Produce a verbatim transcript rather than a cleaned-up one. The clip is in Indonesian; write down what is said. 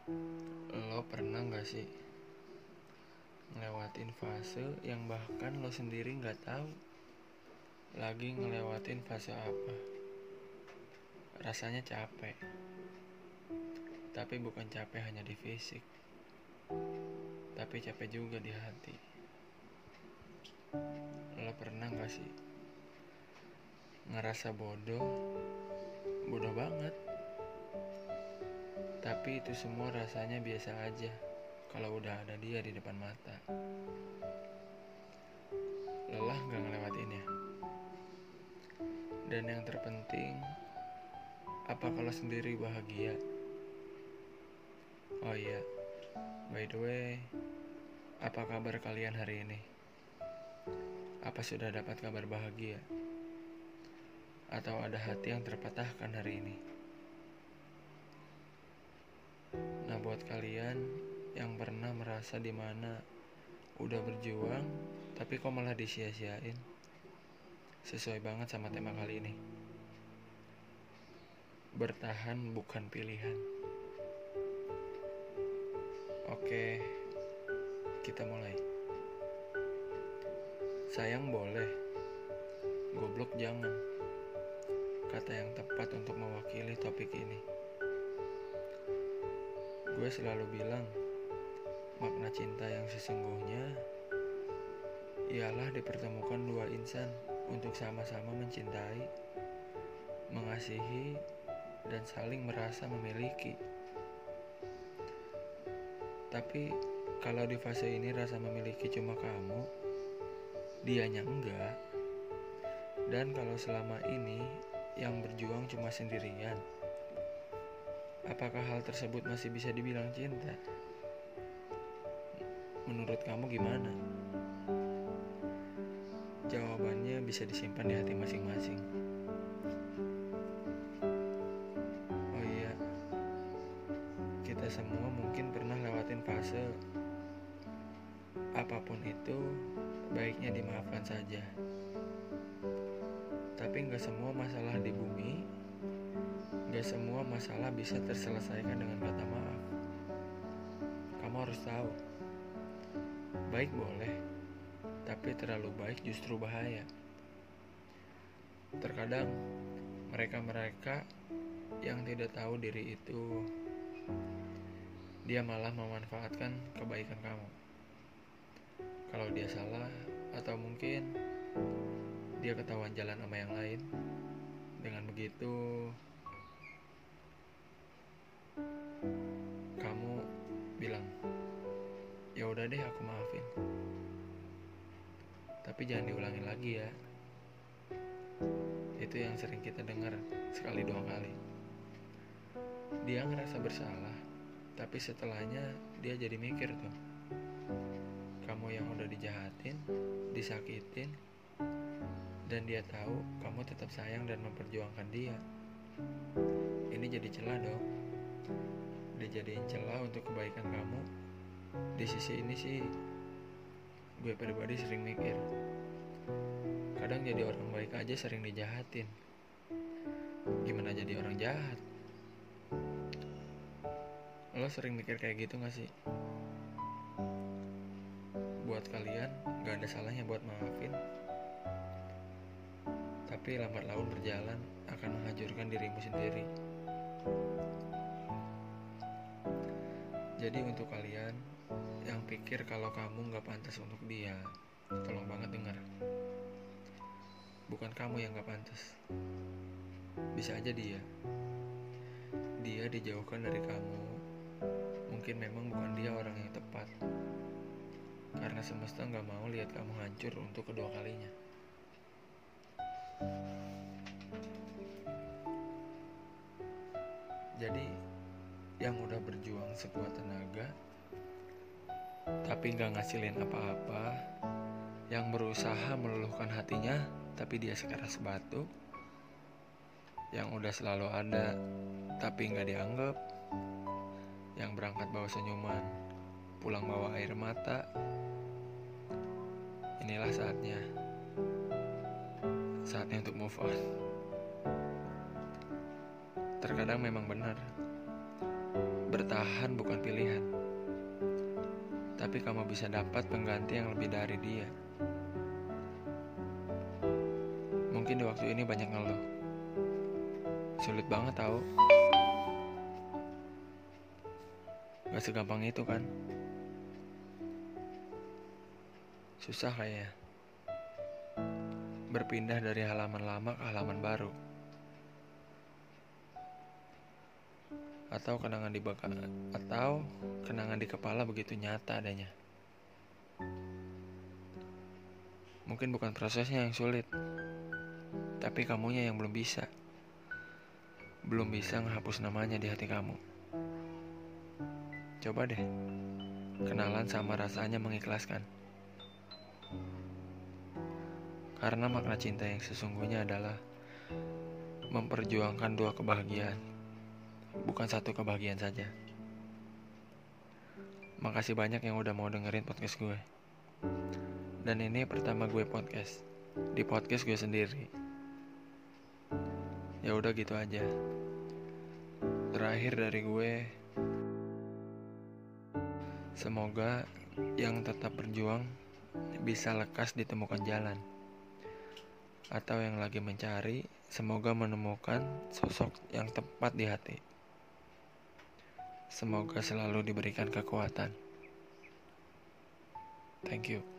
Lo pernah gak sih ngelewatin fase yang bahkan lo sendiri gak tahu lagi ngelewatin fase apa? Rasanya capek, tapi bukan capek hanya di fisik, tapi capek juga di hati. Lo pernah gak sih ngerasa bodoh, bodoh banget, tapi itu semua rasanya biasa aja kalau udah ada dia di depan mata? Lelah gak ngelewatinnya? Dan yang terpenting, apa kalau sendiri bahagia? Oh iya, by the way, apa kabar kalian hari ini? Apa sudah dapat kabar bahagia? Atau ada hati yang terpatahkan hari ini? Nah, buat kalian yang pernah merasa dimana udah berjuang tapi kok malah disia-siain, sesuai banget sama tema kali ini. Bertahan bukan pilihan. Oke, kita mulai. Sayang boleh, goblok jangan, kata yang tepat untuk mewakili topik ini. Gue selalu bilang, makna cinta yang sesungguhnya ialah dipertemukan dua insan untuk sama-sama mencintai, mengasihi, dan saling merasa memiliki. Tapi kalau di fase ini rasa memiliki cuma kamu, dianya enggak, dan kalau selama ini yang berjuang cuma sendirian, apakah hal tersebut masih bisa dibilang cinta? Menurut kamu gimana? Jawabannya bisa disimpan di hati masing-masing. Oh iya, kita semua mungkin pernah lewatin fase apapun itu, baiknya dimaafkan saja. Tapi gak semua masalah di bumi, gak semua masalah bisa terselesaikan dengan kata maaf. Kamu harus tahu, baik boleh, tapi terlalu baik justru bahaya. Terkadang mereka-mereka yang tidak tahu diri itu, dia malah memanfaatkan kebaikan kamu. Kalau dia salah, atau mungkin dia ketahuan jalan sama yang lain, dengan begitu kamu bilang, ya udah deh aku maafin, tapi jangan diulangin lagi ya. Itu yang sering kita dengar sekali dua kali. Dia ngerasa bersalah, tapi setelahnya dia jadi mikir tuh, kamu yang udah dijahatin, disakitin, dan dia tahu kamu tetap sayang dan memperjuangkan dia. Ini jadi celah dong. Dijadiin celah untuk kebaikan kamu. Di sisi ini sih, gue pribadi sering mikir, kadang jadi orang baik aja sering dijahatin, gimana jadi orang jahat? Lo sering mikir kayak gitu gak sih? Buat kalian gak ada salahnya buat maafin, tapi lambat laun berjalan akan menghancurkan dirimu sendiri. Jadi untuk kalian yang pikir kalau kamu gak pantas untuk dia, tolong banget dengar, bukan kamu yang gak pantas. Bisa aja dia Dia dijauhkan dari kamu. Mungkin memang bukan dia orang yang tepat, karena semesta gak mau lihat kamu hancur untuk kedua kalinya. Jadi yang udah berjuang sekuat tenaga tapi gak ngasilin apa-apa, yang berusaha meluluhkan hatinya tapi dia sekeras batu, yang udah selalu ada tapi gak dianggap, yang berangkat bawa senyuman pulang bawa air mata. Inilah saatnya Saatnya untuk move on. Terkadang memang benar, bertahan bukan pilihan, tapi kamu bisa dapat pengganti yang lebih dari dia. Mungkin di waktu ini banyak ngeluh. Sulit banget tahu. Gak segampang itu kan. Susah kayaknya berpindah dari halaman lama ke halaman baru. Atau kenangan di baka, atau kenangan di kepala begitu nyata adanya. Mungkin bukan prosesnya yang sulit, tapi kamunya yang belum bisa. Belum bisa menghapus namanya di hati kamu. Coba deh kenalan sama rasanya mengikhlaskan. Karena makna cinta yang sesungguhnya adalah memperjuangkan dua kebahagiaan, bukan satu kebahagiaan saja. Makasih banyak yang udah mau dengerin podcast gue. Dan ini pertama gue podcast, di podcast gue sendiri. Ya udah gitu aja. Terakhir dari gue, semoga yang tetap berjuang bisa lekas ditemukan jalan. Atau yang lagi mencari, semoga menemukan sosok yang tepat di hati. Semoga selalu diberikan kekuatan. Thank you.